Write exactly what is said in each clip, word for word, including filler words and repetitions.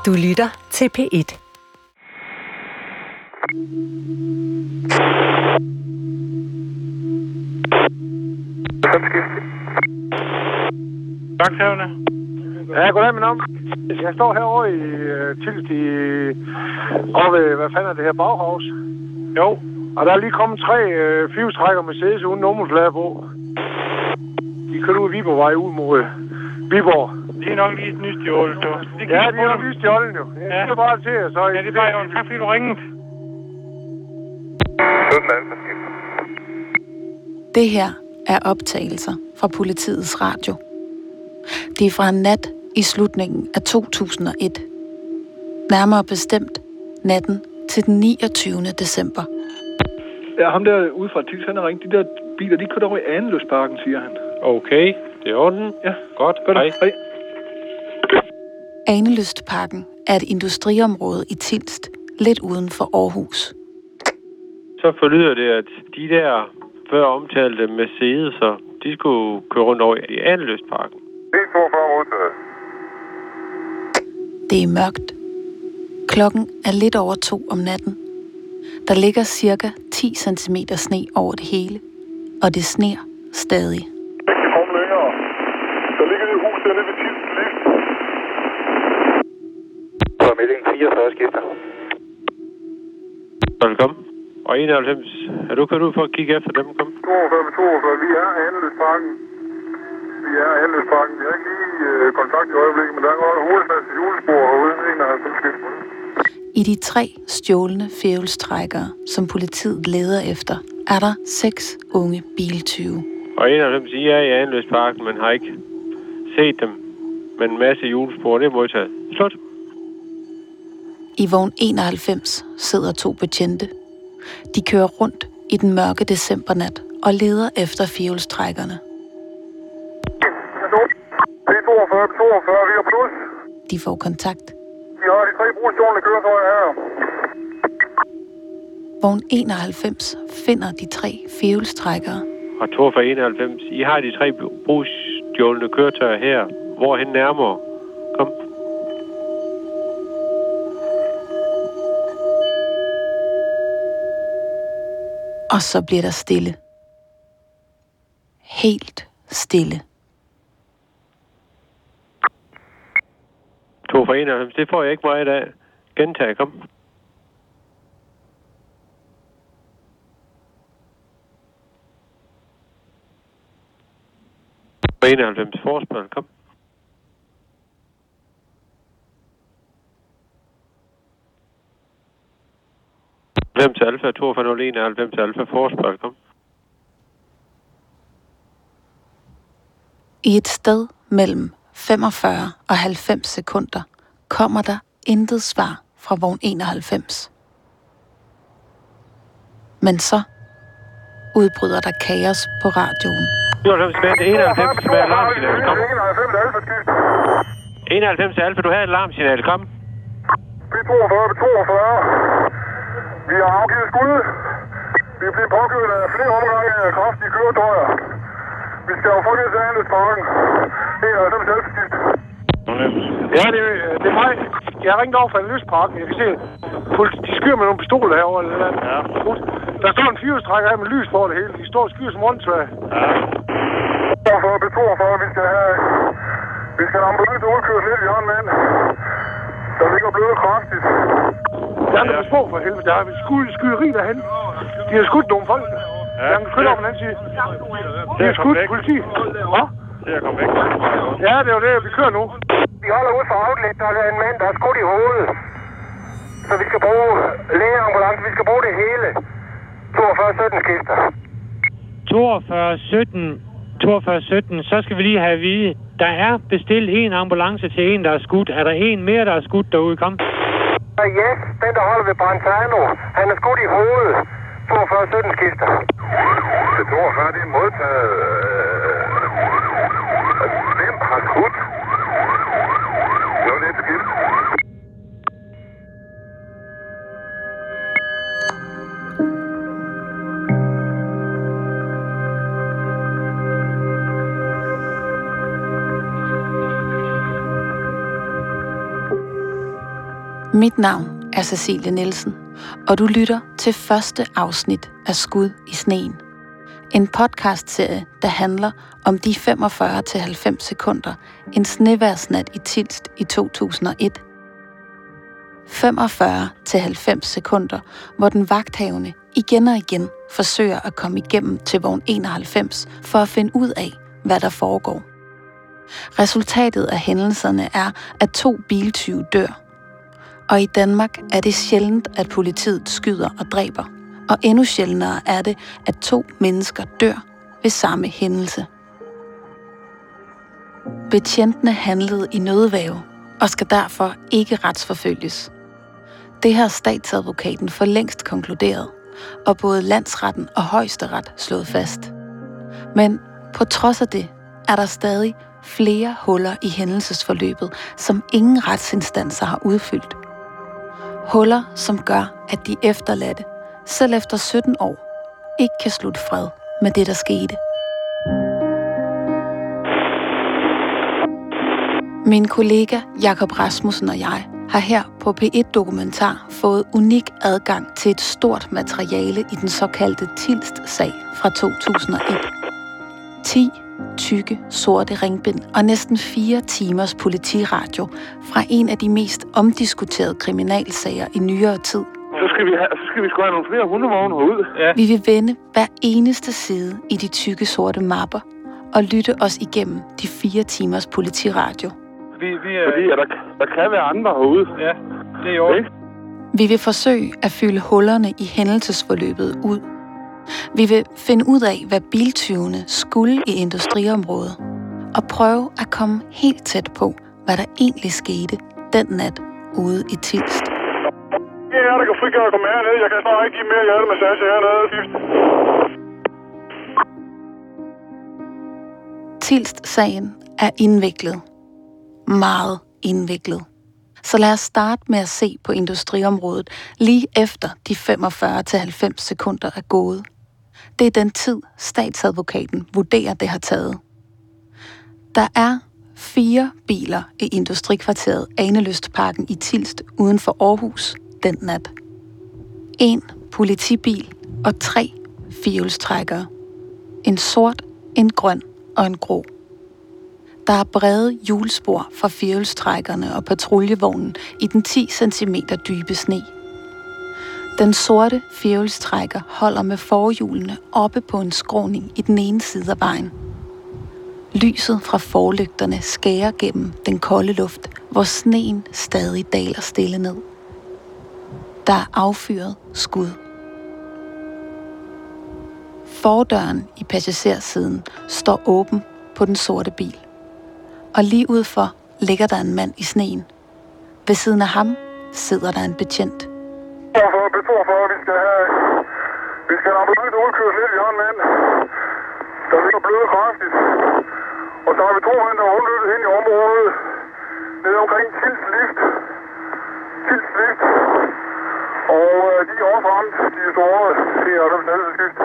Du lytter til P et. Vagthavne. Ja, goddag med navn. Jeg står herovre i uh, Tilst i... Og ved, hvad fanden er det her, Bauhaus? Jo. Og der er lige kommet tre uh, fivstrækker Mercedes uden nummerplader på. De kører ud af Viborgvej ud mod uh, Viborg. Det er nok lige et nyt stjålet, du. Ja, det er nok lige stjålet, jo. Jeg ja. siger bare til jer, så... Ja, det er bare jo. Tak fordi du ringede. Det her er optagelser fra politiets radio. Det er fra en nat i slutningen af to tusind og et. Nærmere bestemt natten til den niogtyvende december. Ja, ham der ude fra Tilst, han har ringet. De der biler, de kører over i Andeløsparken, siger han. Okay, det er orden. Ja. Godt, Godt. hej. Hej. Anelystparken er et industriområde i Tilst, lidt uden for Aarhus. Så forlyder det, at de der før omtalte Mercedes'er, de skulle køre rundt over i Andeløsparken. Det er mørkt. Klokken er lidt over to om natten. Der ligger cirka ti centimeter sne over det hele, og det sner stadig. Kom længere. Der ligger et hus dernede ved Tilst Lift. Så er meldingen fireogfyrre skifter. Velkommen. Og enoghalvfems. Er du kørt ud for at kigge efter dem? Kom. toogfyrre med toogfyrre. Vi er Andeløsparken. Vi er Andeløsparken. Vi har ikke lige øh, kontakt i øjeblikket, men der er godt hovedfast julespor herude. enoghalvfems skifter. I de tre stjålne firehjulstrækkere, som politiet leder efter, er der seks unge biltyve. Og enoghalvfems, I er i Andeløsparken, men har ikke set dem. Men en masse julespor, det er modtaget. Slut. I vogn enoghalvfems sidder to betjente. De kører rundt i den mørke decembernat og leder efter firehjulstrækkerne. Det er toogfyrre, toogfyrre, vi er plus. De får kontakt. Vi har de tre brugstjålende køretøjer her. Vogn enoghalvfems finder de tre firehjulstrækkere. Og to fra enoghalvfems, I har de tre brugsstjålende køretøjer her. Hvorhen nærmere? Kom. Og så bliver der stille. Helt stille. To fra enoghalvfems, det får jeg ikke meget af. Gentag, kom. Fra enoghalvfems, forspørg, kom. halvfems alfa, toogfyrre nul enoghalvfems alfa, forspørg, kom. I et sted mellem femogfyrre og halvfems sekunder kommer der intet svar fra vogn enoghalvfems. Men så udbryder der kaos på radioen. enoghalvfems enoghalvfems med alarmsignal, kom. enoghalvfems alfa, du har et alarmsignal, kom. B toogfyrre, B toogfyrre. Vi har afgivet skud. Vi bliver påkørt af flere omgange af kraftige køretøjer. Vi skal jo få det til Andeløsparken. enoghalvfems alfa skift. Ja, det, er- det er mig. Jeg har ringet over fra Andeløsparken. Jeg kan se, de skyder med nogle pistoler herovre. Eller noget. Ja. Der står en firehjulstrækker her med lys på det hele. De står og skyder som åndssvage. Ja. B toogfyrre, B toogfyrre. Vi skal have... Vi skal have ambulance udkørt lidt. Vi har en mand, der ligger bløde kraftigt. Der er der på for helvede. Der er skud, skyderi derhen. De har skudt nogle folk. Ja, Jeg kan køle over på den anden side. De har skudt politi. Hvad? Det er kommet væk. Ja, det er jo det, vi kører nu. Vi holder ud for outlet, der er en mand, der er skudt i hovedet. Så vi skal bruge lægeambulance. Vi skal bruge det hele. toogfyrre sytten skifter. toogfyrre sytten, toogfyrre sytten, så skal vi lige have at vide, der er bestilt en ambulance til en, der er skudt. Er der en mere, der er skudt derude? Kom. Yes, den der holder ved Brantano. Han er skudt i hovedet. toogfyrre sytten skifter. Det toogfyrre, det er modtaget. Hvem har skudt? Det var lidt skidt. Mit navn er Cecilie Nielsen, og du lytter til første afsnit af Skud i sneen. En podcastserie, der handler om de femogfyrre til halvfems sekunder, en snevejrsnat i Tilst i to tusind og et. femogfyrre til halvfems sekunder, hvor den vagthavende igen og igen forsøger at komme igennem til vogn enoghalvfems for at finde ud af, hvad der foregår. Resultatet af hændelserne er, at to biltyve dør. Og i Danmark er det sjældent, at politiet skyder og dræber. Og endnu sjældnere er det, at to mennesker dør ved samme hændelse. Betjentene handlede i nødværge og skal derfor ikke retsforfølges. Det har statsadvokaten for længst konkluderet, og både landsretten og højesteret slået fast. Men på trods af det er der stadig flere huller i hændelsesforløbet, som ingen retsinstanser har udfyldt. Huller, som gør, at de efterladte, selv efter sytten år, ikke kan slutte fred med det, der skete. Min kollega Jakob Rasmussen og jeg har her på P et Dokumentar fået unik adgang til et stort materiale i den såkaldte Tilst-sag fra to tusind og et. ti tykke, sorte ringbind og næsten fire timers politiradio fra en af de mest omdiskuterede kriminalsager i nyere tid. Så skal vi have, så skal vi sgu have nogle flere hundevogne herud. Ja. Vi vil vende hver eneste side i de tykke, sorte mapper og lytte os igennem de fire timers politiradio. Vi, vi er... Fordi ja, der, der kan være andre herude. Ja, det er jo ikke. Vi vil forsøge at fylde hullerne i hændelsesforløbet ud. Vi vil finde ud af, hvad biltyvene skulle i industriområdet, og prøve at komme helt tæt på, hvad der egentlig skete den nat ude i Tilst. Ja, der kan frigøre at komme hernede. Jeg kan snart ikke give mere hjertemassage hernede. Tilst-sagen er indviklet. Meget indviklet. Så lad os starte med at se på industriområdet lige efter de femogfyrre til halvfems sekunder er gået. Det er den tid, statsadvokaten vurderer, det har taget. Der er fire biler i industrikvarteret Anelystparken i Tilst uden for Aarhus den nat. En politibil og tre firehjulstrækkere. En sort, en grøn og en grå. Der er brede hjulspor fra firehjulstrækkerne og patruljevognen i den ti centimeter dybe sne. Den sorte firehjulstrækker holder med forhjulene oppe på en skråning i den ene side af vejen. Lyset fra forlygterne skærer gennem den kolde luft, hvor sneen stadig daler stille ned. Der er affyret skud. Fordøren i passagersiden står åben på den sorte bil. Og lige udfor ligger der en mand i sneen. Ved siden af ham sidder der en betjent. toogfyrre, B toogfyrre, vi skal have... Vi skal have ambulance udkørsel lidt i hånden, mand. Der ligger bløde kraftigt. Og så har vi to mænd, der er undløbet hen i området. Nede omkring Tilst Lift. Tilst Lift. Og øh, de er også ramt. De er store. Det er dem snælseskift.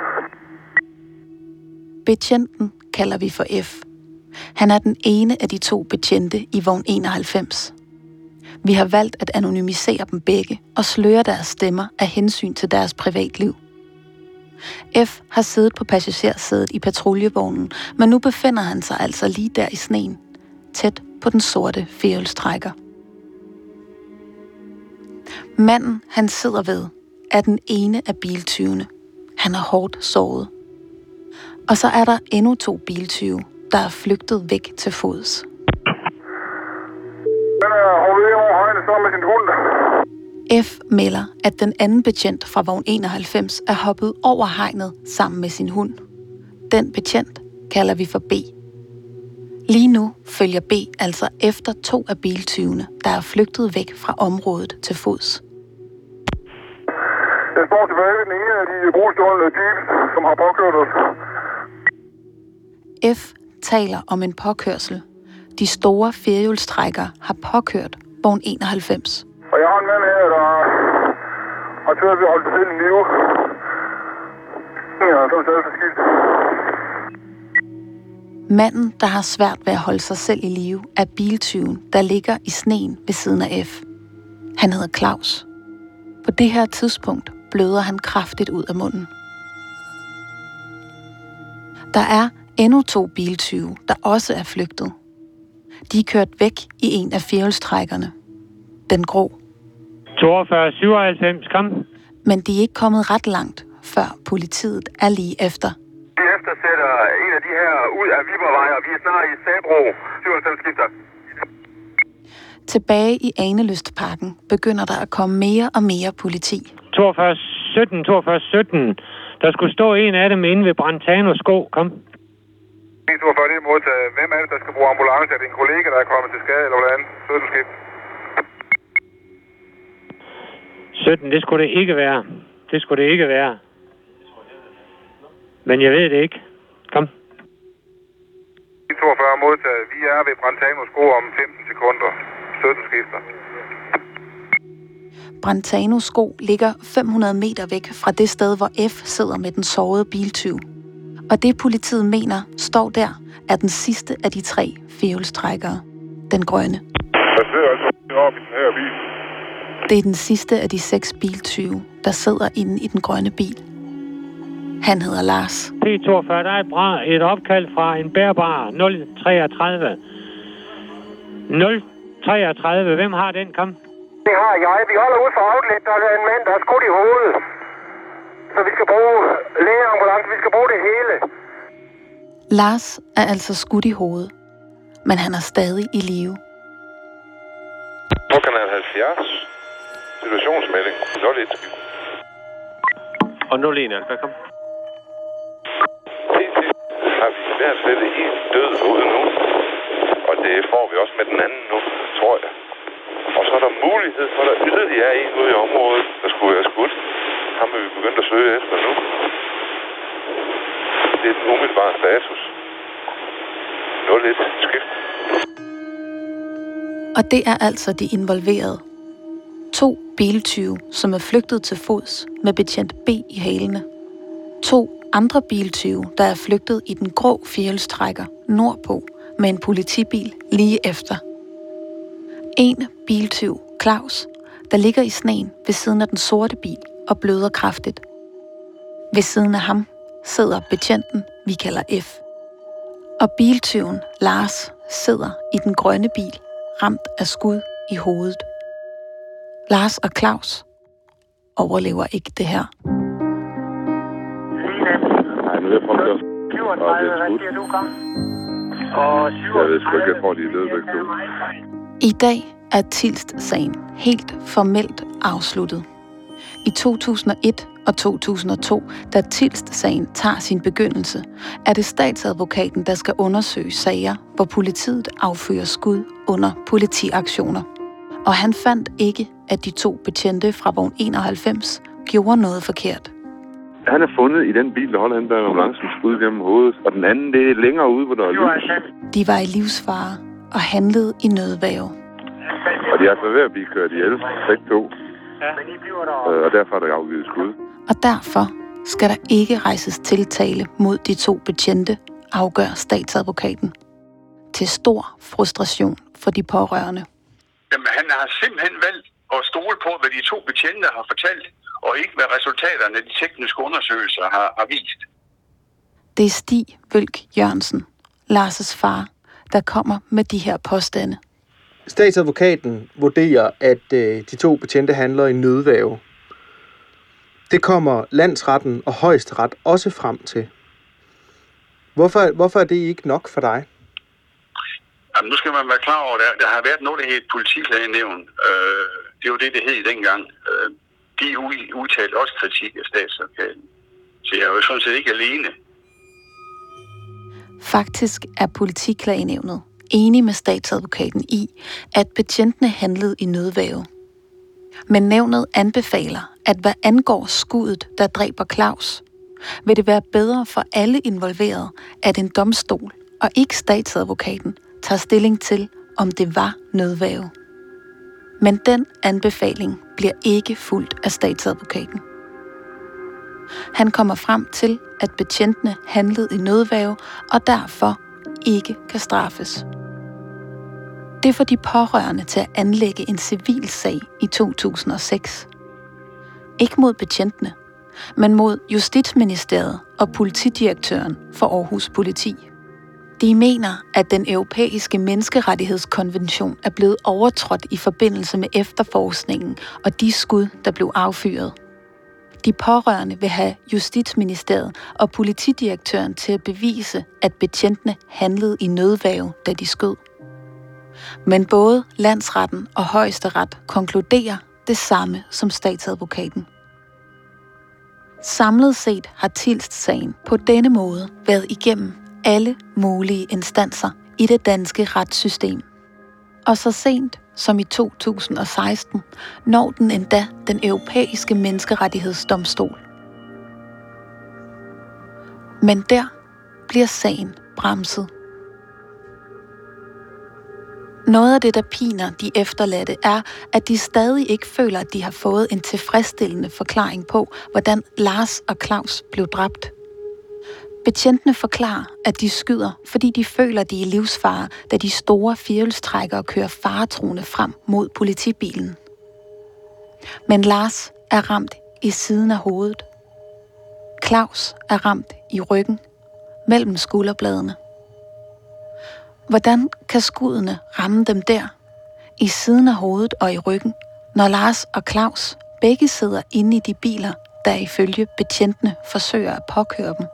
Betjenten kalder vi for F. Han er den ene af de to betjente i vogn enoghalvfems. Vi har valgt at anonymisere dem begge og sløre deres stemmer af hensyn til deres privatliv. F har siddet på passagersædet i patruljevognen, men nu befinder han sig altså lige der i sneen, tæt på den sorte firehjulstrækker. Manden, han sidder ved, er den ene af biltyvene. Han er hårdt såret. Og så er der endnu to biltyve, der er flygtet væk til fods. Den er hovedet over hegnet sammen med sin hund. F melder, at den anden betjent fra vogn enoghalvfems er hoppet over hegnet sammen med sin hund. Den betjent kalder vi for B. Lige nu følger B altså efter to af biltyvene, der er flygtet væk fra området til fods. Jeg står tilbage ved den ene af de brugstående jeeps, som har påkørt os. F taler om en påkørsel. De store firehjulstrækkere har påkørt vogn enoghalvfems. Og jeg har en mand her, der har tørt ved at holde sig selv i live. Ja, så er det stadig skidt. Manden, der har svært ved at holde sig selv i live, er biltyven, der ligger i sneen ved siden af F. Han hedder Claus. På det her tidspunkt bløder han kraftigt ud af munden. Der er endnu to biltyve, der også er flygtet. De er kørt væk i en af firehjulstrækkerne. Den grå. toogfyrre syvoghalvfems, kom. Men de er ikke kommet ret langt, før politiet er lige efter. Vi eftersætter en af de her ud af Viborgvej, og vi er snart i Sabro. syvoghalvfems skifter. Tilbage i Anelystparken begynder der at komme mere og mere politi. toogfyrre sytten, toogfyrre sytten. Der skulle stå en af dem inde ved Brantano sko, kom. en toogfyrre, det er modtaget. Hvem er det, der skal bruge ambulance? Er det en kollega, der er kommet til skade, eller hvordan? sytten skift. sytten, det skulle det ikke være. Det skulle det ikke være. Men jeg ved det ikke. Kom. en toogfyrre modtaget. Vi er ved Brantano sko om femten sekunder. sytten skifter. Brantano sko ligger fem hundrede meter væk fra det sted, hvor F sidder med den sårede biltyv. Og det politiet mener står der, er den sidste af de tre firehjulstrækkere. Den grønne. Der sidder altså oppe i den her bil. Det er den sidste af de seks biltyve, der sidder inde i den grønne bil. Han hedder Lars. P toogfyrre, der er et, bra, et opkald fra en bærbar nul treogtredive. nul treogtredive, hvem har den? Kom. Det har jeg. Vi holder ud for outlet, der er en mand, der er skudt i hovedet. Så vi skal bruge lægeambulance, vi skal bruge det hele. Lars er altså skudt i hovedet, men han er stadig i live. På kanal halvfjerds. Situationsmelding. nul et. Og nul en, altså, kom. P T har vi i hvert fald en død ude nu. Og det får vi også med den anden nu, tror jeg. Og så er der mulighed for, at der yderligere er en ude i området, der skulle være skudt. Ham er vi begyndt at søge efter nu. Det er den umiddelbare status. nul et. Skift. Og det er altså de involverede. To biltyve, som er flygtet til fods med betjent B i hælene. To andre biltyve, der er flygtet i den grå firehjulstrækker nordpå med en politibil lige efter. En biltyv, Claus, der ligger i sneen ved siden af den sorte bil og bløder kraftigt. Ved siden af ham sidder betjenten, vi kalder F. Og biltyven, Lars, sidder i den grønne bil, ramt af skud i hovedet. Lars og Claus overlever ikke det her. Nej, nu er jeg prøvet at syvogtredive, hvad siger du, kom? Jeg ved sgu ikke, jeg tror, de er døde begge to. I dag er Tilst-sagen helt formelt afsluttet. I to tusind og et og to tusind og to, da Tilst-sagen tager sin begyndelse, er det statsadvokaten, der skal undersøge sager, hvor politiet affyrer skud under politiaktioner. Og han fandt ikke, at de to betjente fra vogn enoghalvfems gjorde noget forkert. Han er fundet i den bil, der holder hen bag ambulancen, skud gennem hovedet. Og den anden, det er længere ude, hvor der er lys. De var i livsfare og handlede i nødværge. Og de er altså ved at blive kørt ihjel, begge to. Og derfor er der afgivet skud. Og derfor skal der ikke rejses tiltale mod de to betjente, afgør statsadvokaten. Til stor frustration for de pårørende. Jamen, han har simpelthen valgt at stole på, hvad de to betjente har fortalt, og ikke hvad resultaterne af de tekniske undersøgelser har, har vist. Det er Stig Wølk Jørgensen, Lars' far, der kommer med de her påstande. Statsadvokaten vurderer, at øh, de to betjente handler i nødværge. Det kommer landsretten og højesteret også frem til. Hvorfor, hvorfor er det ikke nok for dig? Jamen, nu skal man være klar over, at der, der har været noget, der hed et politiklagenævn. Øh, det var det, det hed dengang. Øh, de udtalte også kritik af statsadvokaten. Så jeg er jo sådan set ikke alene. Faktisk er politiklagenævnet enig med statsadvokaten i, at betjentene handlede i nødværge. Men nævnet anbefaler, at hvad angår skuddet, der dræber Claus, vil det være bedre for alle involverede, at en domstol og ikke statsadvokaten tager stilling til, om det var nødværge. Men den anbefaling bliver ikke fulgt af statsadvokaten. Han kommer frem til, at betjentene handlede i nødværge og derfor ikke kan straffes. det får de pårørende til at anlægge en civil sag i to tusind og seks. Ikke mod betjentene, men mod Justitsministeriet og politidirektøren for Aarhus Politi. De mener, at den europæiske menneskerettighedskonvention er blevet overtrådt i forbindelse med efterforskningen og de skud, der blev affyret. De pårørende vil have Justitsministeriet og politidirektøren til at bevise, at betjentene handlede i nødværge, da de skød. Men både landsretten og højesteret konkluderer det samme som statsadvokaten. Samlet set har Tilst-sagen på denne måde været igennem alle mulige instanser i det danske retssystem. Og så sent som i to tusind og seksten når den endda den europæiske menneskerettighedsdomstol. Men der bliver sagen bremset. Noget af det, der piner de efterladte, er, at de stadig ikke føler, at de har fået en tilfredsstillende forklaring på, hvordan Lars og Claus blev dræbt. Betjentene forklarer, at de skyder, fordi de føler, at de er i livsfare, da de store firehjulstrækkere kører faretruende frem mod politibilen. Men Lars er ramt i siden af hovedet. Claus er ramt i ryggen, mellem skulderbladene. Hvordan kan skuddene ramme dem der, i siden af hovedet og i ryggen, når Lars og Claus begge sidder inde i de biler, der ifølge betjentene forsøger at påkøre dem?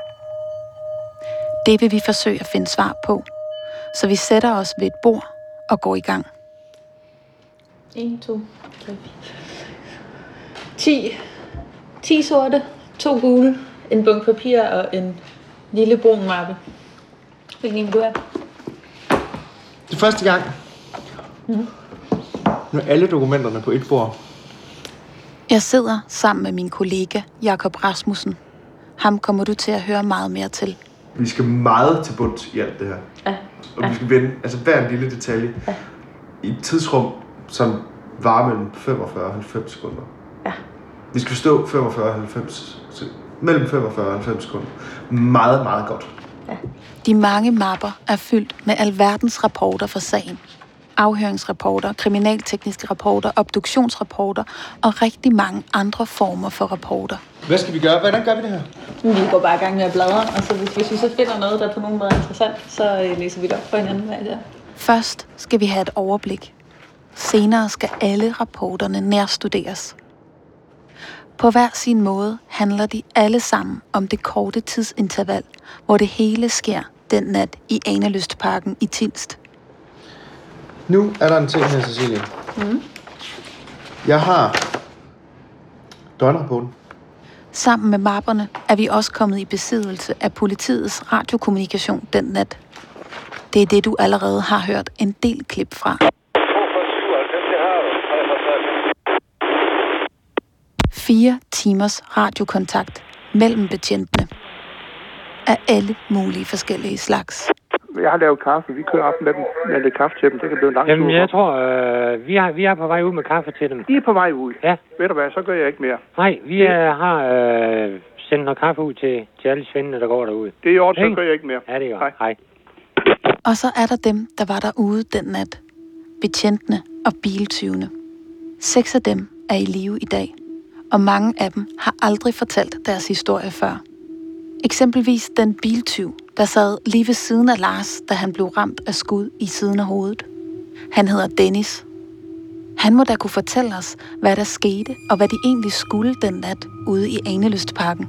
Det vil vi forsøge at finde svar på, så vi sætter os ved et bord og går i gang. en, to, tre, ti. ti sorte, to gule, en bunke papir og en lille brun mappe. Hvilken vil du have? Det er første gang. Mm. Nu er alle dokumenterne på et bord. Jeg sidder sammen med min kollega Jakob Rasmussen. Ham kommer du til at høre meget mere til. Vi skal meget til bunds i alt det her. Ja. Og ja. vi skal vende altså hver en lille detalje ja. i et tidsrum, som varer mellem femogfyrre og halvfems sekunder. Ja. Vi skal forstå femogfyrre og halvfems, mellem femogfyrre og halvfems sekunder. Meget, meget godt. Ja. De mange mapper er fyldt med alverdens rapporter fra sagen. Afhøringsrapporter, kriminaltekniske rapporter, obduktionsrapporter og rigtig mange andre former for rapporter. Hvad skal vi gøre? Hvordan gør vi det her? Vi går bare i gang med at bladre, og så hvis, hvis vi så finder noget, der på nogen måde er interessant, så øh, læser vi det op for hinanden hver der. Først skal vi have et overblik. Senere skal alle rapporterne nærstuderes. På hver sin måde handler de alle sammen om det korte tidsinterval, hvor det hele sker den nat i Anelystparken i Tilst. Nu er der en ting her, Cecilie. Mm. Jeg har døgnrapporten. Sammen med mapperne er vi også kommet i besiddelse af politiets radiokommunikation den nat. Det er det, du allerede har hørt en del klip fra. Fire timers radiokontakt mellem betjentene af alle mulige forskellige slags. Jeg har lavet kaffe. Vi kører aften med dem med lidt kaffe til dem. Det kan blive en lang Jamen, tur. jeg tror, øh, vi, er, vi er på vej ud med kaffe til dem. I er på vej ud? Ja. Ved du hvad, så gør jeg ikke mere. Nej, vi er, har øh, sendt noget kaffe ud til, til alle svendene, der går derude. Det er i orden, så gør jeg ikke mere. Ja, det er jo. Hej. Hej. Og så er der dem, der var derude den nat. Betjentene og biltyvene. Seks af dem er i live i dag. Og mange af dem har aldrig fortalt deres historie før. Eksempelvis den biltyv, der sad lige ved siden af Lars, da han blev ramt af skud i siden af hovedet. Han hedder Dennis. Han må da kunne fortælle os, hvad der skete, og hvad de egentlig skulle den nat ude i Anelystparken.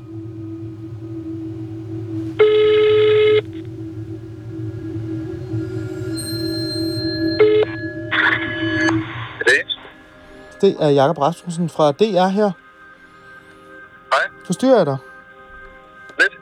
Det er Jakob Rasmussen fra D R her. Hej. Forstyrrer jeg dig? Lidt.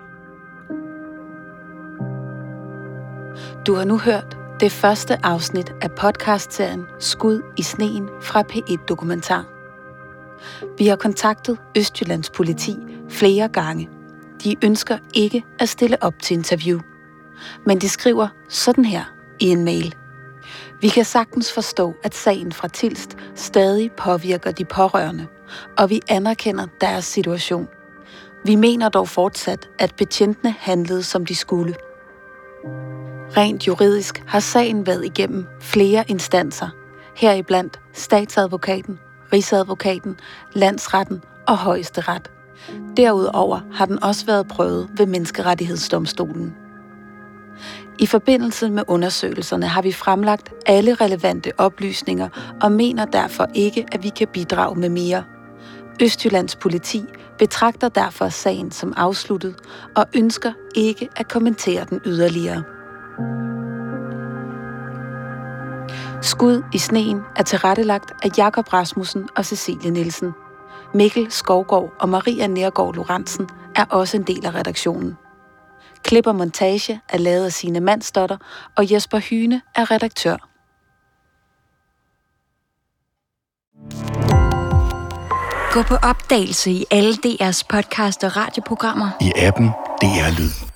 Du har nu hørt det første afsnit af podcastserien Skud i sneen fra P et Dokumentar. Vi har kontaktet Østjyllands politi flere gange. De ønsker ikke at stille op til interview. Men de skriver sådan her i en mail. Vi kan sagtens forstå, at sagen fra Tilst stadig påvirker de pårørende, og vi anerkender deres situation. Vi mener dog fortsat, at betjentene handlede, som de skulle. Rent juridisk har sagen været igennem flere instanser, heriblandt statsadvokaten, rigsadvokaten, landsretten og højesteret. Derudover har den også været prøvet ved Menneskerettighedsdomstolen. I forbindelse med undersøgelserne har vi fremlagt alle relevante oplysninger og mener derfor ikke, at vi kan bidrage med mere. Østjyllands politi betragter derfor sagen som afsluttet og ønsker ikke at kommentere den yderligere. Skud i sneen er tilrettelagt af Jakob Rasmussen og Cecilie Nielsen. Mikkel Skovgaard og Maria Nergård Lorentzen er også en del af redaktionen. Klip og montage er lavet af Signe Mandsdotter, og Jesper Hyne er redaktør. Gå på opdagelse i alle D R's podcast og radioprogrammer. I appen D R Lyd.